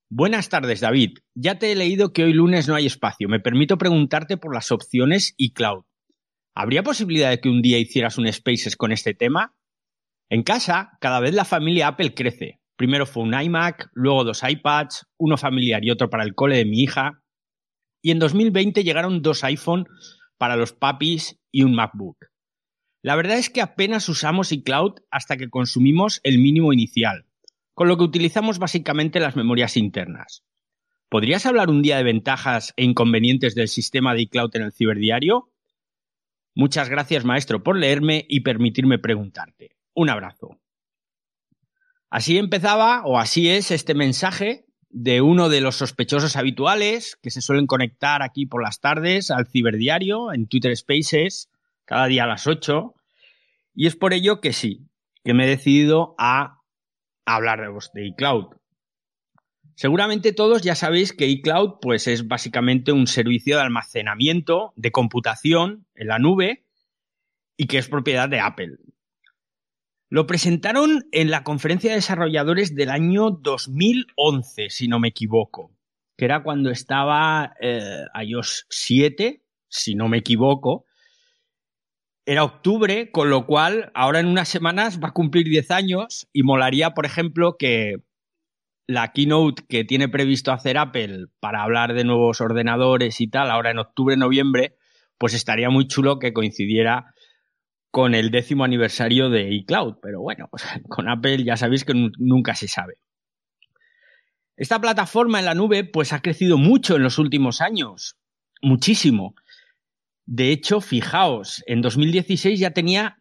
Buenas tardes, David. Ya te he leído que hoy lunes no hay espacio. Me permito preguntarte por las opciones iCloud. ¿Habría posibilidad de que un día hicieras un Spaces con este tema? En casa, cada vez la familia Apple crece. Primero fue un iMac, luego dos iPads, uno familiar y otro para el cole de mi hija. Y en 2020 llegaron dos iPhone para los papis y un MacBook. La verdad es que apenas usamos iCloud hasta que consumimos el mínimo inicial, con lo que utilizamos básicamente las memorias internas. ¿Podrías hablar un día de ventajas e inconvenientes del sistema de iCloud en el ciberdiario? Muchas gracias, maestro, por leerme y permitirme preguntarte. Un abrazo. Así empezaba, o así es, este mensaje de uno de los sospechosos habituales que se suelen conectar aquí por las tardes al ciberdiario, en Twitter Spaces, cada día a las 8. Y es por ello que sí, que me he decidido a hablaros de iCloud. Seguramente todos ya sabéis que iCloud pues, es básicamente un servicio de almacenamiento de computación en la nube y que es propiedad de Apple. Lo presentaron en la conferencia de desarrolladores del año 2011, si no me equivoco, que era cuando estaba iOS 7, si no me equivoco. Era octubre, con lo cual ahora en unas semanas va a cumplir 10 años y molaría, por ejemplo, que la keynote que tiene previsto hacer Apple para hablar de nuevos ordenadores y tal, ahora en octubre, noviembre, pues estaría muy chulo que coincidiera con el 10º aniversario de iCloud. Pero bueno, pues con Apple ya sabéis que nunca se sabe. Esta plataforma en la nube pues ha crecido mucho en los últimos años. Muchísimo. De hecho, fijaos, en 2016 ya tenía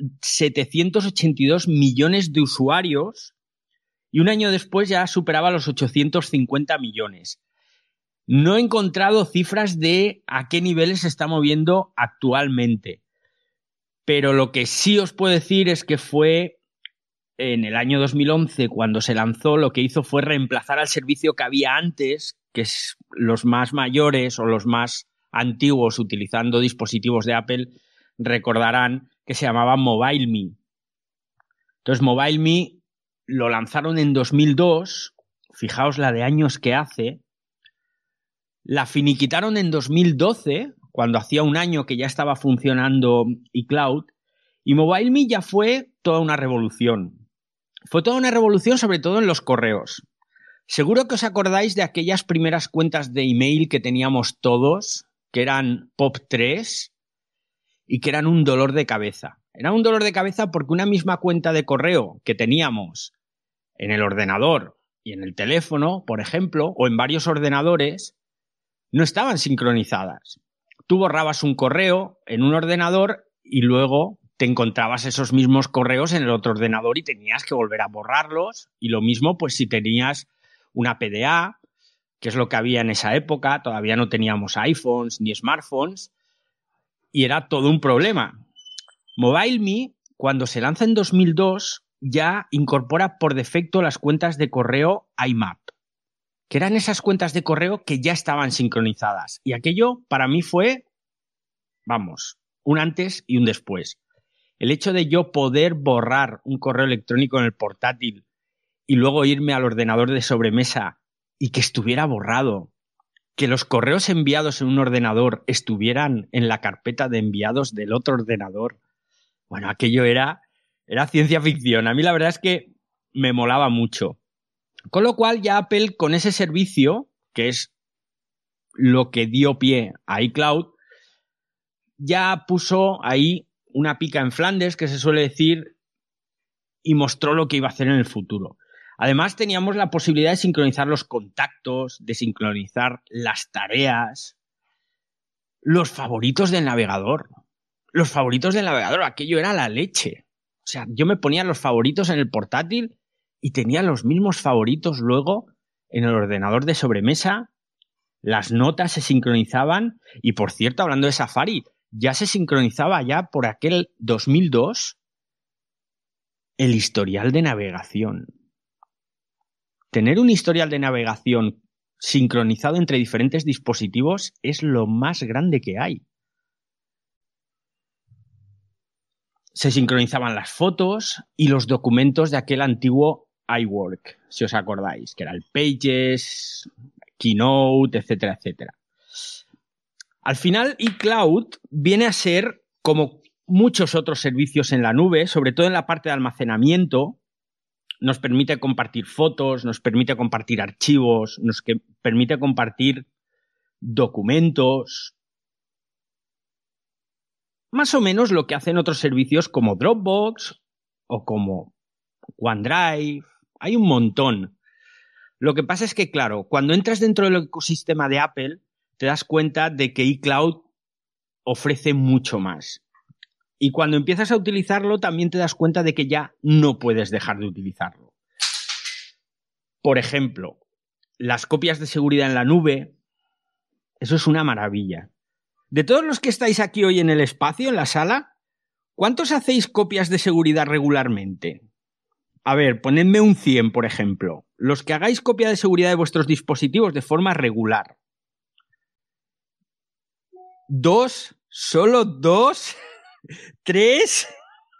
782 millones de usuarios y un año después ya superaba los 850 millones. No he encontrado cifras de a qué niveles se está moviendo actualmente, pero lo que sí os puedo decir es que fue en el año 2011 cuando se lanzó, lo que hizo fue reemplazar al servicio que había antes, que es los más mayores o los más antiguos utilizando dispositivos de Apple recordarán que se llamaba MobileMe. Entonces MobileMe lo lanzaron en 2002, fijaos la de años que hace, la finiquitaron en 2012, cuando hacía un año que ya estaba funcionando iCloud, y MobileMe ya fue toda una revolución. Fue toda una revolución sobre todo en los correos. Seguro que os acordáis de aquellas primeras cuentas de email que teníamos todos, que eran POP3 y que eran un dolor de cabeza. Era un dolor de cabeza porque una misma cuenta de correo que teníamos en el ordenador y en el teléfono, por ejemplo, o en varios ordenadores, no estaban sincronizadas. Tú borrabas un correo en un ordenador y luego te encontrabas esos mismos correos en el otro ordenador y tenías que volver a borrarlos. Y lo mismo, pues si tenías una PDA, que es lo que había en esa época, todavía no teníamos iPhones ni smartphones, y era todo un problema. MobileMe, cuando se lanza en 2002, ya incorpora por defecto las cuentas de correo IMAP, que eran esas cuentas de correo que ya estaban sincronizadas. Y aquello para mí fue, vamos, un antes y un después. El hecho de yo poder borrar un correo electrónico en el portátil y luego irme al ordenador de sobremesa y que estuviera borrado, que los correos enviados en un ordenador estuvieran en la carpeta de enviados del otro ordenador. Bueno, aquello era ciencia ficción. A mí la verdad es que me molaba mucho. Con lo cual ya Apple con ese servicio, que es lo que dio pie a iCloud, ya puso ahí una pica en Flandes, que se suele decir, y mostró lo que iba a hacer en el futuro. Además teníamos la posibilidad de sincronizar los contactos, de sincronizar las tareas, los favoritos del navegador. Los favoritos del navegador, aquello era la leche. O sea, yo me ponía los favoritos en el portátil y tenía los mismos favoritos luego en el ordenador de sobremesa. Las notas se sincronizaban y, por cierto, hablando de Safari, ya se sincronizaba ya por aquel 2002 el historial de navegación. Tener un historial de navegación sincronizado entre diferentes dispositivos es lo más grande que hay. Se sincronizaban las fotos y los documentos de aquel antiguo iWork, si os acordáis, que era el Pages, Keynote, etcétera, etcétera. Al final, iCloud viene a ser como muchos otros servicios en la nube, sobre todo en la parte de almacenamiento. Nos permite compartir fotos, nos permite compartir archivos, nos permite compartir documentos. Más o menos lo que hacen otros servicios como Dropbox o como OneDrive. Hay un montón. Lo que pasa es que, claro, cuando entras dentro del ecosistema de Apple, te das cuenta de que iCloud ofrece mucho más. Y cuando empiezas a utilizarlo, también te das cuenta de que ya no puedes dejar de utilizarlo. Por ejemplo, las copias de seguridad en la nube, eso es una maravilla. De todos los que estáis aquí hoy en el espacio, en la sala, ¿cuántos hacéis copias de seguridad regularmente? A ver, ponedme un 100, por ejemplo. Los que hagáis copia de seguridad de vuestros dispositivos de forma regular. 2, solo 2, 3.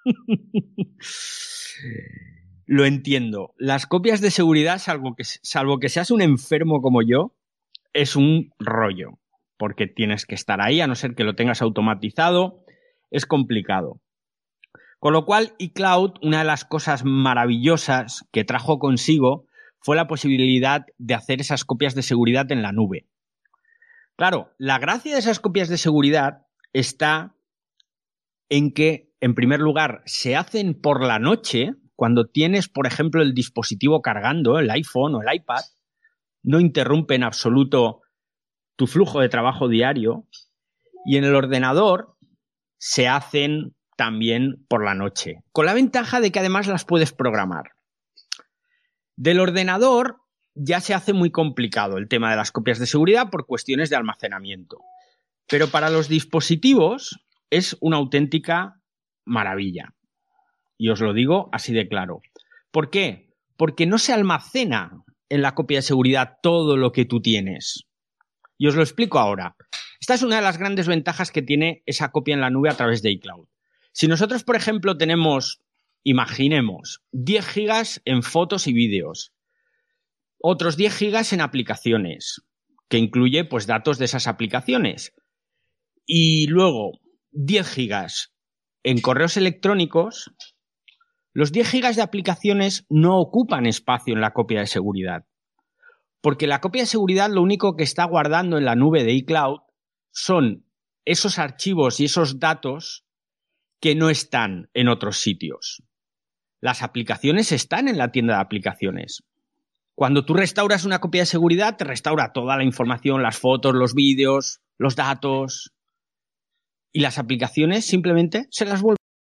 Lo entiendo. Las copias de seguridad, salvo que seas un enfermo como yo, es un rollo. Porque tienes que estar ahí, a no ser que lo tengas automatizado. Es complicado. Con lo cual, iCloud, una de las cosas maravillosas que trajo consigo fue la posibilidad de hacer esas copias de seguridad en la nube. Claro, la gracia de esas copias de seguridad está en que, en primer lugar, se hacen por la noche, cuando tienes, por ejemplo, el dispositivo cargando, el iPhone o el iPad, no interrumpe en absoluto tu flujo de trabajo diario, y en el ordenador se hacen también por la noche, con la ventaja de que además las puedes programar. Del ordenador ya se hace muy complicado el tema de las copias de seguridad por cuestiones de almacenamiento, pero para los dispositivos es una auténtica maravilla. Y os lo digo así de claro. ¿Por qué? Porque no se almacena en la copia de seguridad todo lo que tú tienes. Y os lo explico ahora. Esta es una de las grandes ventajas que tiene esa copia en la nube a través de iCloud. Si nosotros, por ejemplo, tenemos, imaginemos, 10 gigas en fotos y vídeos, otros 10 gigas en aplicaciones, que incluye pues datos de esas aplicaciones, y luego 10 gigas en correos electrónicos, los 10 gigas de aplicaciones no ocupan espacio en la copia de seguridad. Porque la copia de seguridad lo único que está guardando en la nube de iCloud son esos archivos y esos datos que no están en otros sitios. Las aplicaciones están en la tienda de aplicaciones. Cuando tú restauras una copia de seguridad, te restaura toda la información, las fotos, los vídeos, los datos. Y las aplicaciones simplemente se las vuelven.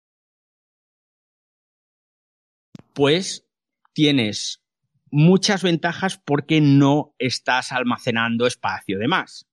Pues tienes muchas ventajas porque no estás almacenando espacio de más.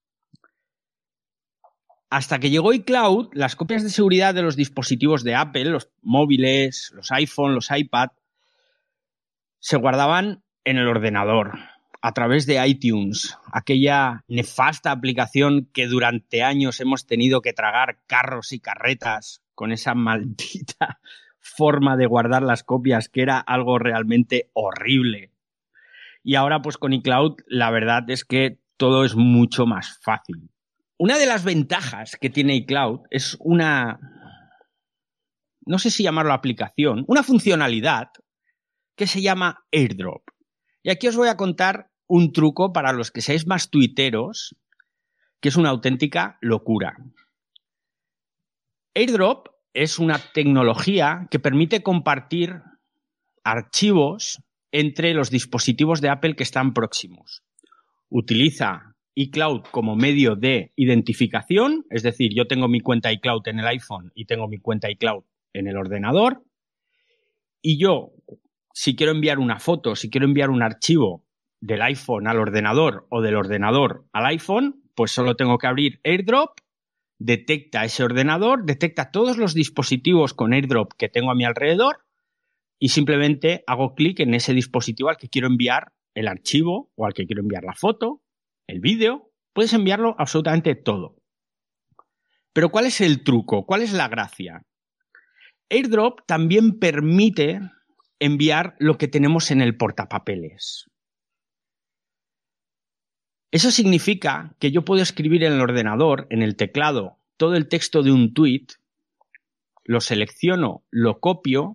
Hasta que llegó iCloud, las copias de seguridad de los dispositivos de Apple, los móviles, los iPhone, los iPad, se guardaban en el ordenador, a través de iTunes, aquella nefasta aplicación que durante años hemos tenido que tragar carros y carretas con esa maldita forma de guardar las copias, que era algo realmente horrible. Y ahora, pues con iCloud, la verdad es que todo es mucho más fácil. Una de las ventajas que tiene iCloud es una, no sé si llamarlo aplicación, una funcionalidad que se llama AirDrop. Y aquí os voy a contar un truco para los que seáis más tuiteros, que es una auténtica locura. AirDrop es una tecnología que permite compartir archivos entre los dispositivos de Apple que están próximos. Utiliza iCloud como medio de identificación, es decir, yo tengo mi cuenta iCloud en el iPhone y tengo mi cuenta iCloud en el ordenador, y yo, si quiero enviar una foto, si quiero enviar un archivo del iPhone al ordenador o del ordenador al iPhone, pues solo tengo que abrir AirDrop, detecta ese ordenador, detecta todos los dispositivos con AirDrop que tengo a mi alrededor y simplemente hago clic en ese dispositivo al que quiero enviar el archivo o al que quiero enviar la foto, el vídeo. Puedes enviarlo absolutamente todo. Pero ¿cuál es el truco? ¿Cuál es la gracia? AirDrop también permite enviar lo que tenemos en el portapapeles. Eso significa que yo puedo escribir en el ordenador, en el teclado, todo el texto de un tweet, lo selecciono, lo copio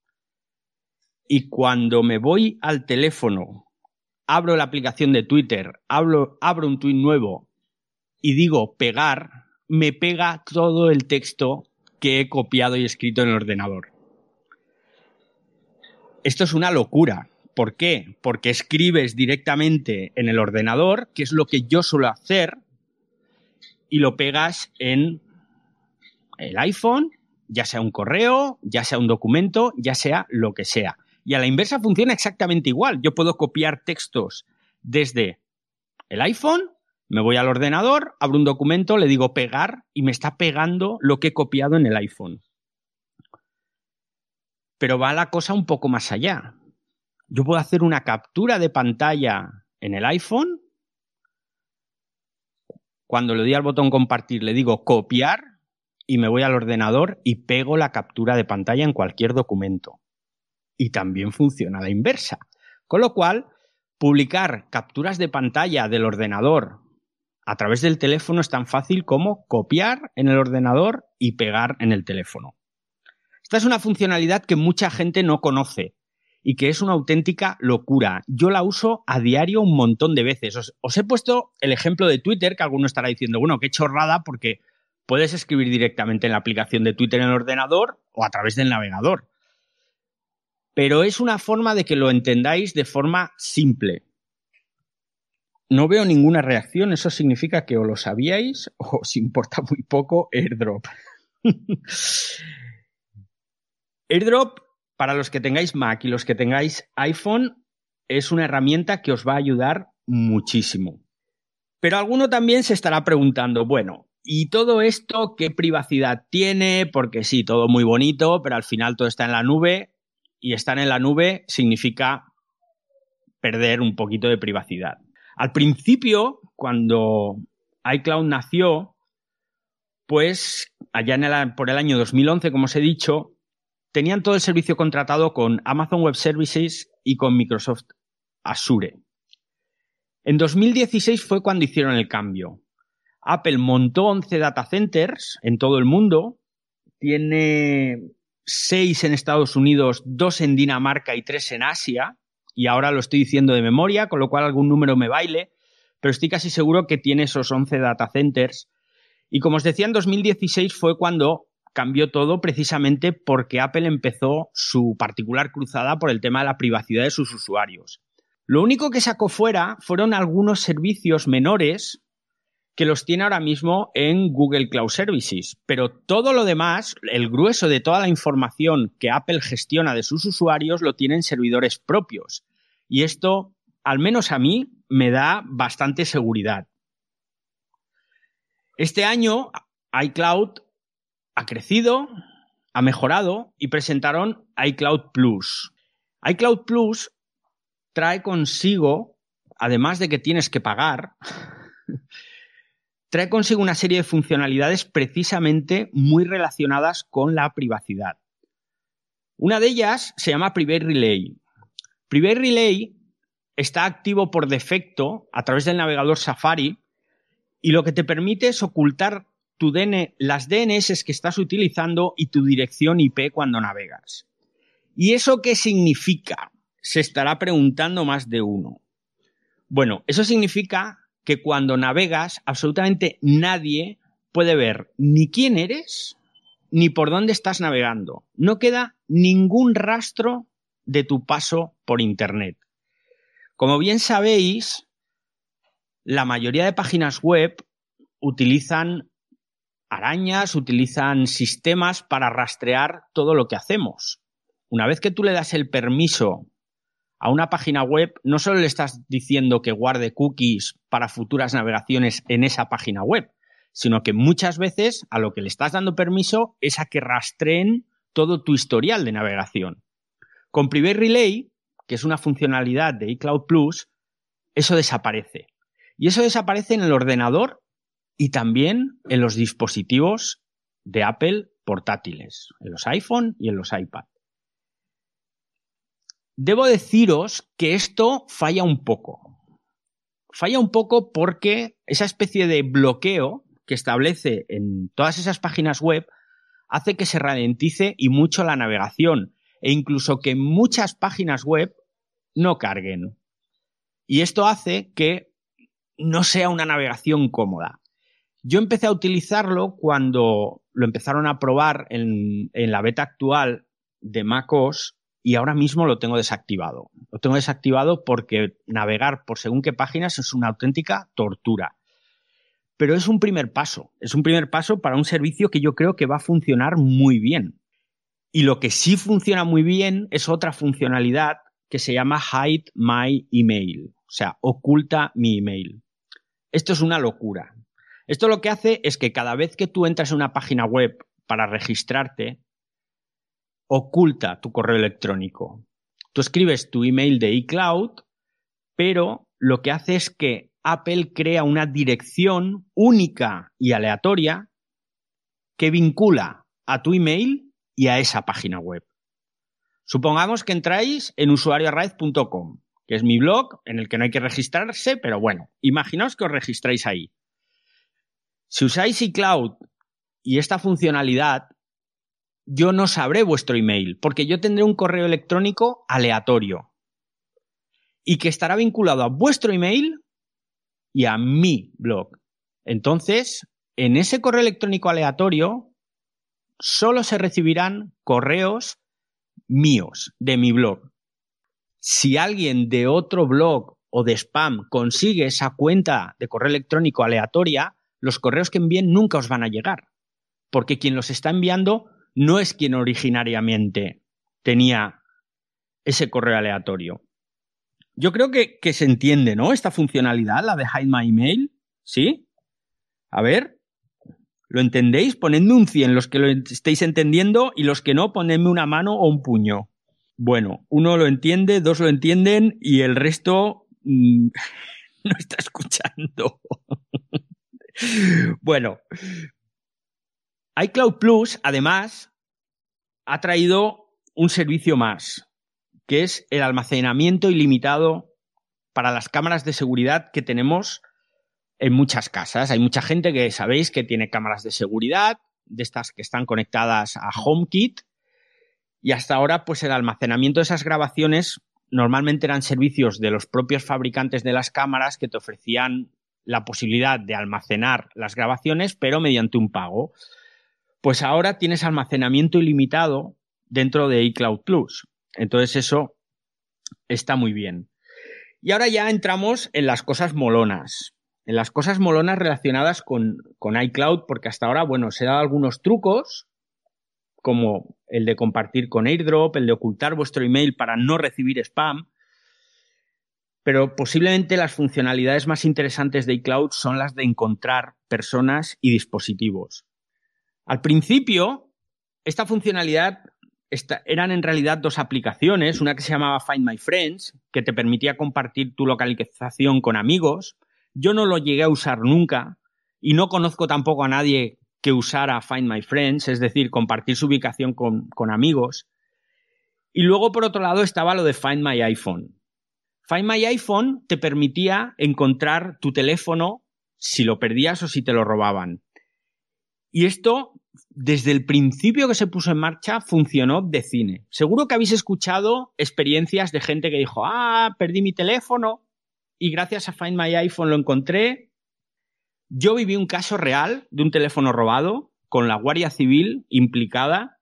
y cuando me voy al teléfono, abro la aplicación de Twitter, abro un tweet nuevo y digo pegar, me pega todo el texto que he copiado y escrito en el ordenador. Esto es una locura. ¿Por qué? Porque escribes directamente en el ordenador, que es lo que yo suelo hacer, y lo pegas en el iPhone, ya sea un correo, ya sea un documento, ya sea lo que sea. Y a la inversa funciona exactamente igual. Yo puedo copiar textos desde el iPhone, me voy al ordenador, abro un documento, le digo pegar y me está pegando lo que he copiado en el iPhone. Pero va la cosa un poco más allá. Yo puedo hacer una captura de pantalla en el iPhone. Cuando le doy al botón compartir, le digo copiar y me voy al ordenador y pego la captura de pantalla en cualquier documento. Y también funciona a la inversa. Con lo cual, publicar capturas de pantalla del ordenador a través del teléfono es tan fácil como copiar en el ordenador y pegar en el teléfono. Esta es una funcionalidad que mucha gente no conoce y que es una auténtica locura. Yo la uso a diario un montón de veces. Os he puesto el ejemplo de Twitter, que alguno estará diciendo, bueno, qué chorrada, porque puedes escribir directamente en la aplicación de Twitter en el ordenador o a través del navegador. Pero es una forma de que lo entendáis de forma simple. No veo ninguna reacción, eso significa que o lo sabíais o os importa muy poco AirDrop. AirDrop, para los que tengáis Mac y los que tengáis iPhone, es una herramienta que os va a ayudar muchísimo. Pero alguno también se estará preguntando, bueno, ¿y todo esto qué privacidad tiene? Porque sí, todo muy bonito, pero al final todo está en la nube y estar en la nube significa perder un poquito de privacidad. Al principio, cuando iCloud nació, pues allá por el año 2011, como os he dicho, tenían todo el servicio contratado con Amazon Web Services y con Microsoft Azure. En 2016 fue cuando hicieron el cambio. Apple montó 11 data centers en todo el mundo, tiene 6 en Estados Unidos, 2 en Dinamarca y 3 en Asia, y ahora lo estoy diciendo de memoria, con lo cual algún número me baile, pero estoy casi seguro que tiene esos 11 data centers. Y como os decía, en 2016 fue cuando cambió todo precisamente porque Apple empezó su particular cruzada por el tema de la privacidad de sus usuarios. Lo único que sacó fuera fueron algunos servicios menores que los tiene ahora mismo en Google Cloud Services, pero todo lo demás, el grueso de toda la información que Apple gestiona de sus usuarios lo tiene en servidores propios. Y esto, al menos a mí, me da bastante seguridad. Este año, iCloud ha crecido, ha mejorado y presentaron iCloud Plus. iCloud Plus trae consigo, además de que tienes que pagar, trae consigo una serie de funcionalidades precisamente muy relacionadas con la privacidad. Una de ellas se llama Private Relay. Private Relay está activo por defecto a través del navegador Safari y lo que te permite es ocultar las DNS que estás utilizando y tu dirección IP cuando navegas. ¿Y eso qué significa? Se estará preguntando más de uno. Bueno, eso significa que cuando navegas, absolutamente nadie puede ver ni quién eres ni por dónde estás navegando. No queda ningún rastro de tu paso por Internet. Como bien sabéis, la mayoría de páginas web utilizan arañas, utilizan sistemas para rastrear todo lo que hacemos. Una vez que tú le das el permiso a una página web, no solo le estás diciendo que guarde cookies para futuras navegaciones en esa página web, sino que muchas veces a lo que le estás dando permiso es a que rastreen todo tu historial de navegación. Con Private Relay, que es una funcionalidad de iCloud Plus, eso desaparece. Y eso desaparece en el ordenador y también en los dispositivos de Apple portátiles, en los iPhone y en los iPad. Debo deciros que esto falla un poco. Falla un poco porque esa especie de bloqueo que establece en todas esas páginas web hace que se ralentice y mucho la navegación e incluso que muchas páginas web no carguen. Y esto hace que no sea una navegación cómoda. Yo empecé a utilizarlo cuando lo empezaron a probar en la beta actual de macOS y ahora mismo lo tengo desactivado. Lo tengo desactivado porque navegar por según qué páginas es una auténtica tortura. Pero es un primer paso. Es un primer paso para un servicio que yo creo que va a funcionar muy bien. Y lo que sí funciona muy bien es otra funcionalidad que se llama Hide My Email. O sea, oculta mi email. Esto es una locura. Esto lo que hace es que cada vez que tú entras en una página web para registrarte, oculta tu correo electrónico. Tú escribes tu email de iCloud, pero lo que hace es que Apple crea una dirección única y aleatoria que vincula a tu email y a esa página web. Supongamos que entráis en usuarioarraiz.com, que es mi blog en el que no hay que registrarse, pero bueno, imaginaos que os registráis ahí. Si usáis iCloud y esta funcionalidad, yo no sabré vuestro email, porque yo tendré un correo electrónico aleatorio y que estará vinculado a vuestro email y a mi blog. Entonces, en ese correo electrónico aleatorio solo se recibirán correos míos, de mi blog. Si alguien de otro blog o de spam consigue esa cuenta de correo electrónico aleatoria, los correos que envíen nunca os van a llegar, porque quien los está enviando no es quien originariamente tenía ese correo aleatorio. Yo creo que se entiende, ¿no? Esta funcionalidad, la de Hide My Email, ¿sí? A ver, ¿lo entendéis? Ponedme un 100 los que lo estéis entendiendo y los que no, ponedme una mano o un puño. Bueno, uno lo entiende, dos lo entienden y el resto no está escuchando. Bueno, iCloud Plus, además, ha traído un servicio más, que es el almacenamiento ilimitado para las cámaras de seguridad que tenemos en muchas casas. Hay mucha gente que sabéis que tiene cámaras de seguridad, de estas que están conectadas a HomeKit, y hasta ahora pues el almacenamiento de esas grabaciones normalmente eran servicios de los propios fabricantes de las cámaras que te ofrecían la posibilidad de almacenar las grabaciones, pero mediante un pago. Pues ahora tienes almacenamiento ilimitado dentro de iCloud Plus. Entonces eso está muy bien. Y ahora ya entramos en las cosas molonas. En las cosas molonas relacionadas con iCloud, porque hasta ahora, bueno, se han dado algunos trucos, como el de compartir con AirDrop, el de ocultar vuestro email para no recibir spam, pero posiblemente las funcionalidades más interesantes de iCloud son las de encontrar personas y dispositivos. Al principio, esta funcionalidad eran en realidad dos aplicaciones, una que se llamaba Find My Friends, que te permitía compartir tu localización con amigos. Yo no lo llegué a usar nunca y no conozco tampoco a nadie que usara Find My Friends, es decir, compartir su ubicación con amigos. Y luego, por otro lado, estaba lo de Find My iPhone. Find My iPhone te permitía encontrar tu teléfono si lo perdías o si te lo robaban. Y esto, desde el principio que se puso en marcha, funcionó de cine. Seguro que habéis escuchado experiencias de gente que dijo, perdí mi teléfono y gracias a Find My iPhone lo encontré. Yo viví un caso real de un teléfono robado con la Guardia Civil implicada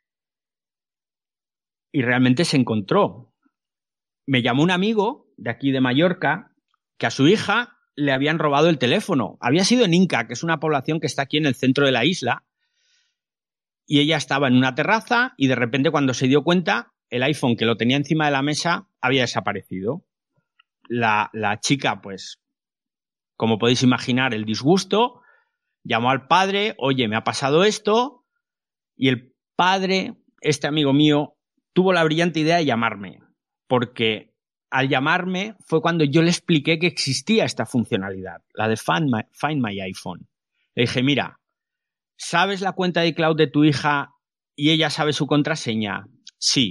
y realmente se encontró. Me llamó un amigo de aquí de Mallorca que a su hija le habían robado el teléfono. Había sido en Inca, que es una población que está aquí en el centro de la isla, y ella estaba en una terraza y de repente cuando se dio cuenta, el iPhone que lo tenía encima de la mesa había desaparecido. La chica, pues, como podéis imaginar, el disgusto, llamó al padre, oye, me ha pasado esto, y el padre, este amigo mío, tuvo la brillante idea de llamarme, porque al llamarme fue cuando yo le expliqué que existía esta funcionalidad, la de Find My iPhone. Le dije, mira, ¿sabes la cuenta de iCloud de tu hija y ella sabe su contraseña? Sí.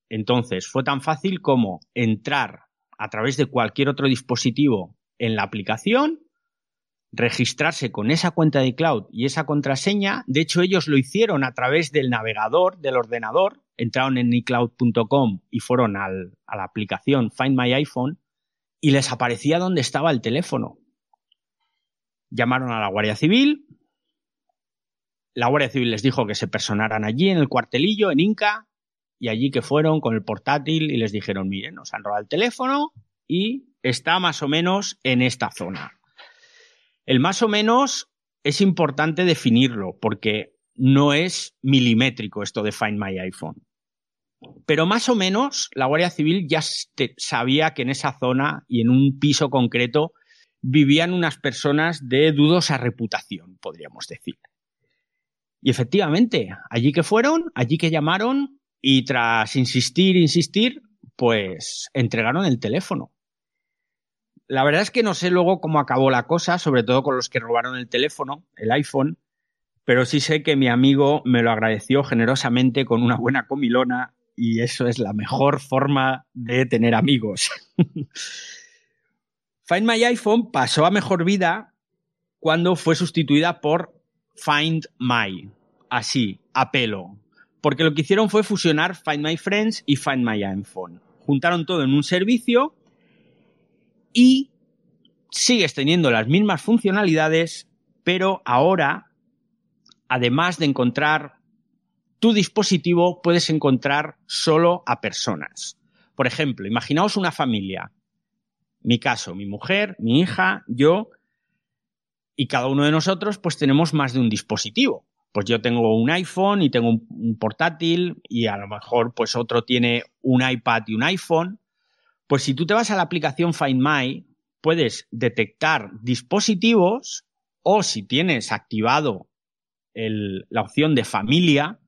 Entonces, fue tan fácil como entrar a través de cualquier otro dispositivo en la aplicación, registrarse con esa cuenta de iCloud y esa contraseña. De hecho, ellos lo hicieron a través del navegador del ordenador. Entraron en iCloud.com y fueron a la aplicación Find My iPhone y les aparecía dónde estaba el teléfono. Llamaron a la Guardia Civil. La Guardia Civil les dijo que se personaran allí en el cuartelillo, en Inca, y allí que fueron con el portátil y les dijeron, miren, nos han robado el teléfono y está más o menos en esta zona. El más o menos es importante definirlo porque no es milimétrico esto de Find My iPhone. Pero más o menos la Guardia Civil ya sabía que en esa zona y en un piso concreto vivían unas personas de dudosa reputación, podríamos decir. Y efectivamente, allí que fueron, allí que llamaron y tras insistir, pues entregaron el teléfono. La verdad es que no sé luego cómo acabó la cosa, sobre todo con los que robaron el teléfono, el iPhone, pero sí sé que mi amigo me lo agradeció generosamente con una buena comilona y eso es la mejor forma de tener amigos. Find My iPhone pasó a mejor vida cuando fue sustituida por Find My, así, a pelo, porque lo que hicieron fue fusionar Find My Friends y Find My iPhone. Juntaron todo en un servicio y sigues teniendo las mismas funcionalidades, pero ahora, además de encontrar tu dispositivo, puedes encontrar solo a personas. Por ejemplo, imaginaos una familia. Mi caso, mi mujer, mi hija, yo, y cada uno de nosotros pues tenemos más de un dispositivo. Pues yo tengo un iPhone y tengo un portátil y a lo mejor pues otro tiene un iPad y un iPhone. Pues si tú te vas a la aplicación Find My, puedes detectar dispositivos o si tienes activado la opción de familia,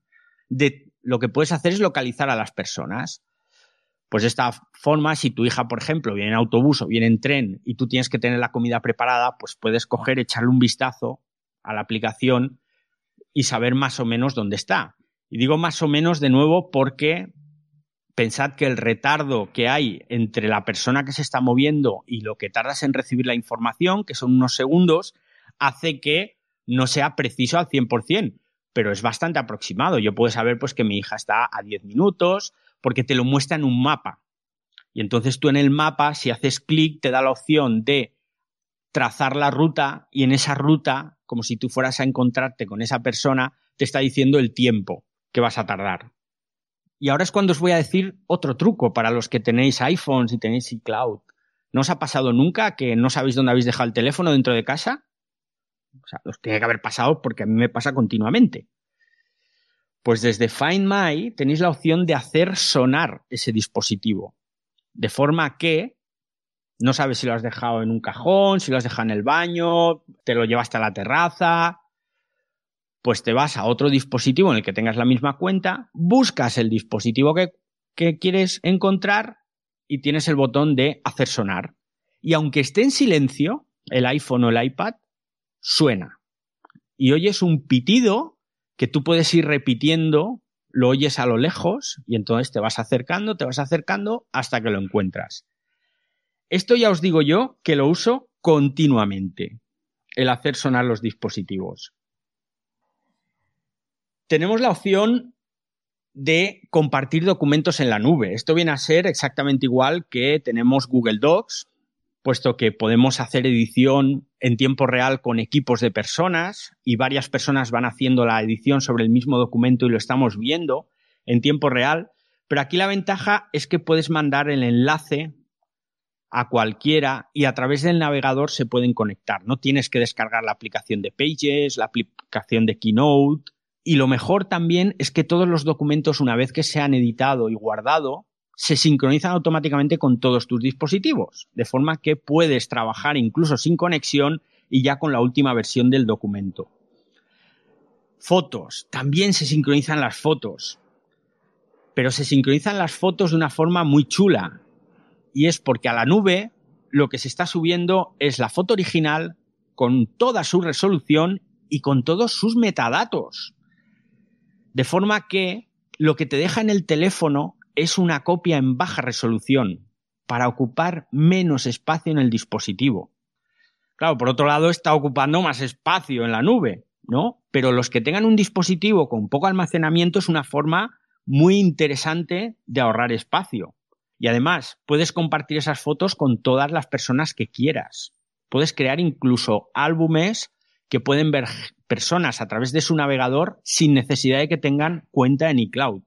lo que puedes hacer es localizar a las personas. Pues de esta forma, si tu hija, por ejemplo, viene en autobús o viene en tren y tú tienes que tener la comida preparada, pues puedes coger, echarle un vistazo a la aplicación y saber más o menos dónde está. Y digo más o menos de nuevo porque pensad que el retardo que hay entre la persona que se está moviendo y lo que tardas en recibir la información, que son unos segundos, hace que no sea preciso al 100%, pero es bastante aproximado. Yo puedo saber pues, que mi hija está a 10 minutos porque te lo muestra en un mapa. Y entonces tú en el mapa, si haces clic, te da la opción de trazar la ruta y en esa ruta, como si tú fueras a encontrarte con esa persona, te está diciendo el tiempo que vas a tardar. Y ahora es cuando os voy a decir otro truco para los que tenéis iPhones y tenéis iCloud. ¿No os ha pasado nunca que no sabéis dónde habéis dejado el teléfono dentro de casa? O sea, os tiene que haber pasado porque a mí me pasa continuamente. Pues desde Find My tenéis la opción de hacer sonar ese dispositivo. De forma que no sabes si lo has dejado en un cajón, si lo has dejado en el baño, te lo llevas hasta la terraza. Pues te vas a otro dispositivo en el que tengas la misma cuenta, buscas el dispositivo que quieres encontrar y tienes el botón de hacer sonar. Y aunque esté en silencio, el iPhone o el iPad, suena. Y oyes un pitido que tú puedes ir repitiendo, lo oyes a lo lejos y entonces te vas acercando hasta que lo encuentras. Esto ya os digo yo que lo uso continuamente, el hacer sonar los dispositivos. Tenemos la opción de compartir documentos en la nube. Esto viene a ser exactamente igual que tenemos Google Docs, puesto que podemos hacer edición en tiempo real con equipos de personas y varias personas van haciendo la edición sobre el mismo documento y lo estamos viendo en tiempo real. Pero aquí la ventaja es que puedes mandar el enlace a cualquiera y a través del navegador se pueden conectar. No tienes que descargar la aplicación de Pages, la aplicación de Keynote. Y lo mejor también es que todos los documentos, una vez que se han editado y guardado, se sincronizan automáticamente con todos tus dispositivos, de forma que puedes trabajar incluso sin conexión y ya con la última versión del documento. Fotos, también se sincronizan las fotos, pero se sincronizan las fotos de una forma muy chula y es porque a la nube lo que se está subiendo es la foto original con toda su resolución y con todos sus metadatos. De forma que lo que te deja en el teléfono es una copia en baja resolución para ocupar menos espacio en el dispositivo. Claro, por otro lado está ocupando más espacio en la nube, ¿no? Pero los que tengan un dispositivo con poco almacenamiento es una forma muy interesante de ahorrar espacio. Y además, puedes compartir esas fotos con todas las personas que quieras. Puedes crear incluso álbumes que pueden ver personas a través de su navegador sin necesidad de que tengan cuenta en iCloud.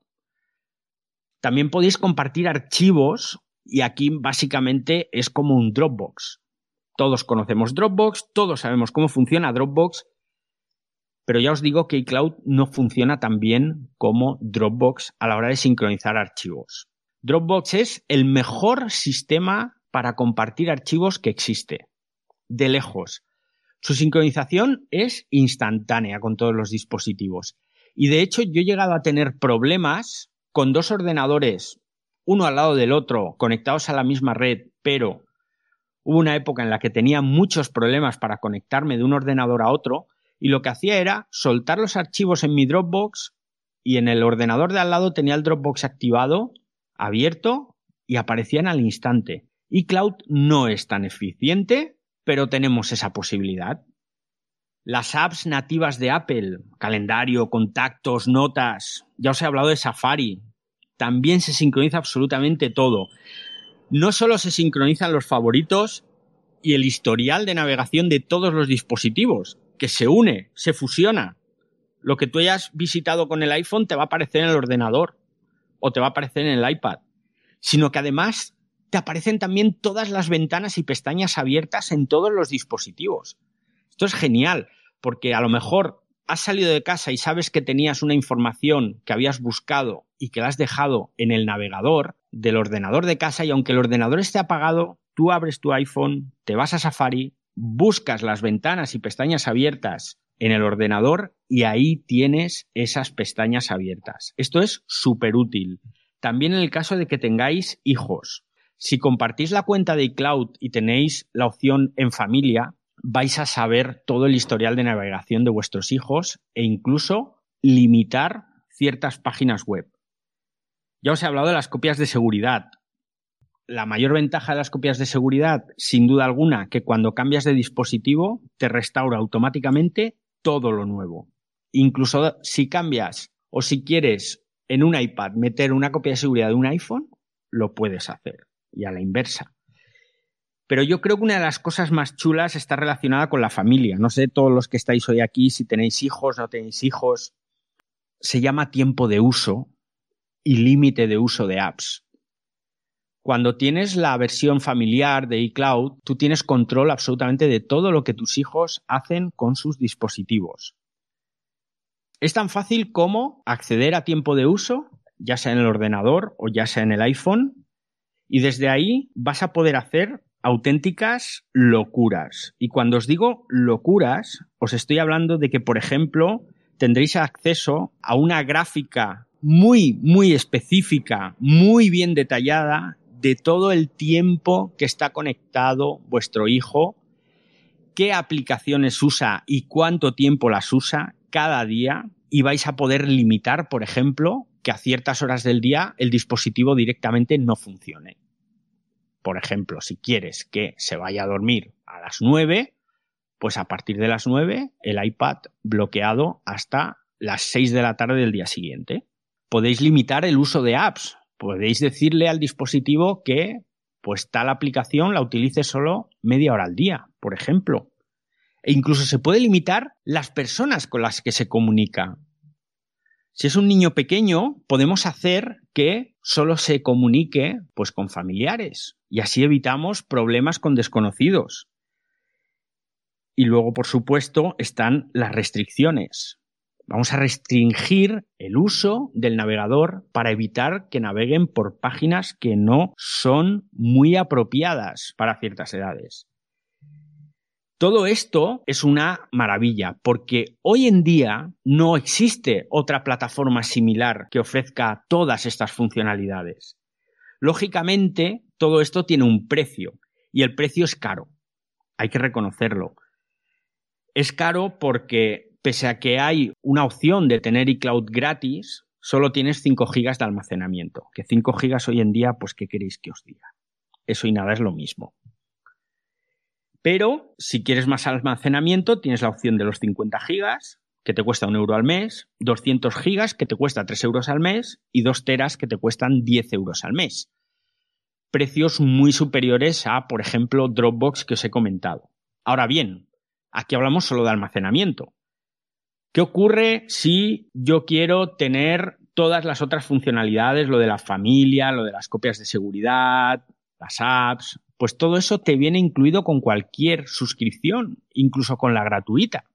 También podéis compartir archivos y aquí básicamente es como un Dropbox. Todos conocemos Dropbox, todos sabemos cómo funciona Dropbox, pero ya os digo que iCloud no funciona tan bien como Dropbox a la hora de sincronizar archivos. Dropbox es el mejor sistema para compartir archivos que existe, de lejos. Su sincronización es instantánea con todos los dispositivos. Y de hecho yo he llegado a tener problemas con dos ordenadores, uno al lado del otro, conectados a la misma red, pero hubo una época en la que tenía muchos problemas para conectarme de un ordenador a otro y lo que hacía era soltar los archivos en mi Dropbox y en el ordenador de al lado tenía el Dropbox activado, abierto y aparecían al instante. iCloud no es tan eficiente, pero tenemos esa posibilidad. Las apps nativas de Apple, calendario, contactos, notas, ya os he hablado de Safari, también se sincroniza absolutamente todo. No solo se sincronizan los favoritos y el historial de navegación de todos los dispositivos, que se une, se fusiona. Lo que tú hayas visitado con el iPhone te va a aparecer en el ordenador o te va a aparecer en el iPad, sino que además te aparecen también todas las ventanas y pestañas abiertas en todos los dispositivos. Esto es genial, porque a lo mejor has salido de casa y sabes que tenías una información que habías buscado y que la has dejado en el navegador del ordenador de casa y aunque el ordenador esté apagado, tú abres tu iPhone, te vas a Safari, buscas las ventanas y pestañas abiertas en el ordenador y ahí tienes esas pestañas abiertas. Esto es súper útil. También en el caso de que tengáis hijos. Si compartís la cuenta de iCloud y tenéis la opción en familia, vais a saber todo el historial de navegación de vuestros hijos e incluso limitar ciertas páginas web. Ya os he hablado de las copias de seguridad. La mayor ventaja de las copias de seguridad, sin duda alguna, que cuando cambias de dispositivo te restaura automáticamente todo lo nuevo. Incluso si cambias o si quieres en un iPad meter una copia de seguridad de un iPhone, lo puedes hacer. Y a la inversa. Pero yo creo que una de las cosas más chulas está relacionada con la familia. No sé todos los que estáis hoy aquí, si tenéis hijos, no tenéis hijos. Se llama tiempo de uso y límite de uso de apps. Cuando tienes la versión familiar de iCloud, tú tienes control absolutamente de todo lo que tus hijos hacen con sus dispositivos. Es tan fácil como acceder a tiempo de uso, ya sea en el ordenador o ya sea en el iPhone, y desde ahí vas a poder hacer auténticas locuras. Y cuando os digo locuras, os estoy hablando de que, por ejemplo, tendréis acceso a una gráfica muy específica, muy bien detallada de todo el tiempo que está conectado vuestro hijo, qué aplicaciones usa y cuánto tiempo las usa cada día, y vais a poder limitar, por ejemplo, que a ciertas horas del día el dispositivo directamente no funcione. Por ejemplo, si quieres que se vaya a dormir a las 9, pues a partir de las 9 el iPad bloqueado hasta las 6 de la tarde del día siguiente. Podéis limitar el uso de apps. Podéis decirle al dispositivo que pues tal aplicación la utilice solo media hora al día, por ejemplo. E incluso se puede limitar las personas con las que se comunica. Si es un niño pequeño, podemos hacer que solo se comunique pues con familiares y así evitamos problemas con desconocidos. Y luego, por supuesto, están las restricciones. Vamos a restringir el uso del navegador para evitar que naveguen por páginas que no son muy apropiadas para ciertas edades. Todo esto es una maravilla porque hoy en día no existe otra plataforma similar que ofrezca todas estas funcionalidades. Lógicamente, todo esto tiene un precio y el precio es caro. Hay que reconocerlo. Es caro porque, pese a que hay una opción de tener iCloud gratis, solo tienes 5 gigas de almacenamiento. Que 5 gigas hoy en día, pues ¿qué queréis que os diga? Eso y nada es lo mismo. Pero si quieres más almacenamiento, tienes la opción de los 50 gigas, que te cuesta 1 euro al mes, 200 gigas, que te cuesta 3 euros al mes, y 2 teras, que te cuestan 10 euros al mes. Precios muy superiores a, por ejemplo, Dropbox que os he comentado. Ahora bien, aquí hablamos solo de almacenamiento. ¿Qué ocurre si yo quiero tener todas las otras funcionalidades, lo de la familia, lo de las copias de seguridad, las apps? Pues todo eso te viene incluido con cualquier suscripción, incluso con la gratuita.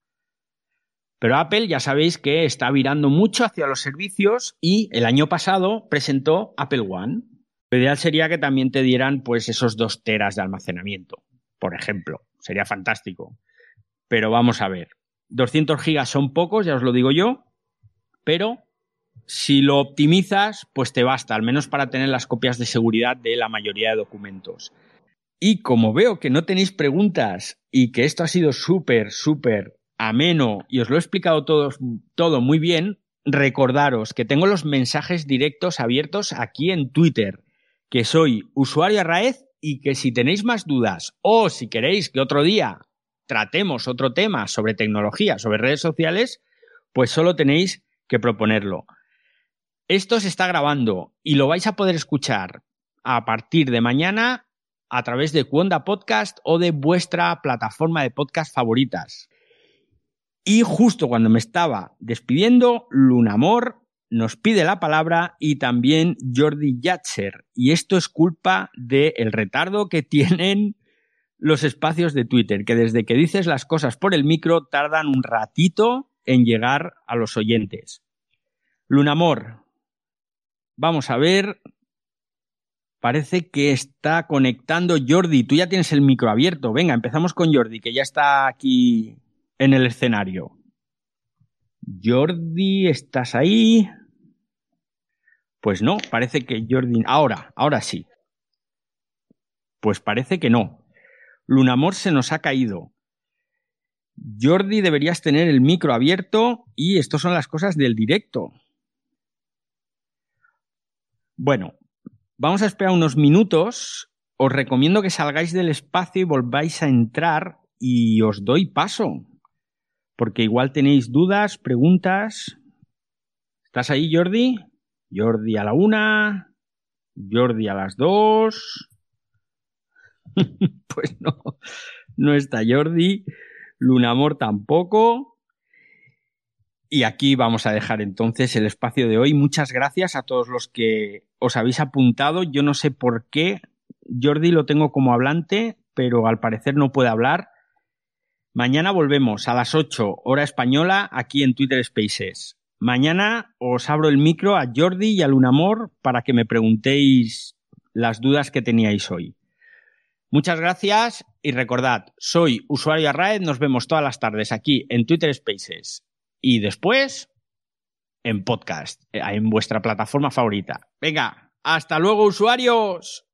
Pero Apple ya sabéis que está virando mucho hacia los servicios y el año pasado presentó Apple One. Lo ideal sería que también te dieran pues esos 2 teras de almacenamiento, por ejemplo. Sería fantástico. Pero vamos a ver. 200 gigas son pocos, ya os lo digo yo, pero si lo optimizas, pues te basta, al menos para tener las copias de seguridad de la mayoría de documentos. Y como veo que no tenéis preguntas y que esto ha sido súper ameno y os lo he explicado todo muy bien, recordaros que tengo los mensajes directos abiertos aquí en Twitter, que soy usuario Arraez y que si tenéis más dudas o si queréis que otro día tratemos otro tema sobre tecnología, sobre redes sociales, pues solo tenéis que proponerlo. Esto se está grabando y lo vais a poder escuchar a partir de mañana a través de Cuonda Podcast o de vuestra plataforma de podcast favoritas. Y justo cuando me estaba despidiendo, Lunamor nos pide la palabra y también Jordi Yatzer. Y esto es culpa del retardo que tienen los espacios de Twitter, que desde que dices las cosas por el micro tardan un ratito en llegar a los oyentes. Lunamor, vamos a ver. Parece que está conectando Jordi. Tú ya tienes el micro abierto. Venga, empezamos con Jordi, que ya está aquí en el escenario. Jordi, ¿estás ahí? Pues no, parece que Jordi... Ahora sí. Pues parece que no. Lunamor se nos ha caído. Jordi, deberías tener el micro abierto y estas son las cosas del directo. Bueno, vamos a esperar unos minutos. Os recomiendo que salgáis del espacio y volváis a entrar y os doy paso. Porque igual tenéis dudas, preguntas. ¿Estás ahí, Jordi? Jordi a la 1, Jordi a las 2. Pues no está Jordi. Lunamor tampoco. Y aquí vamos a dejar entonces el espacio de hoy. Muchas gracias a todos los que os habéis apuntado. Yo no sé por qué Jordi lo tengo como hablante, pero al parecer no puede hablar. Mañana volvemos a las 8, hora española, aquí en Twitter Spaces. Mañana os abro el micro a Jordi y a Lunamor para que me preguntéis las dudas que teníais hoy. Muchas gracias y recordad, soy usuario Arraez, nos vemos todas las tardes aquí en Twitter Spaces y después en podcast, en vuestra plataforma favorita. Venga, hasta luego, usuarios.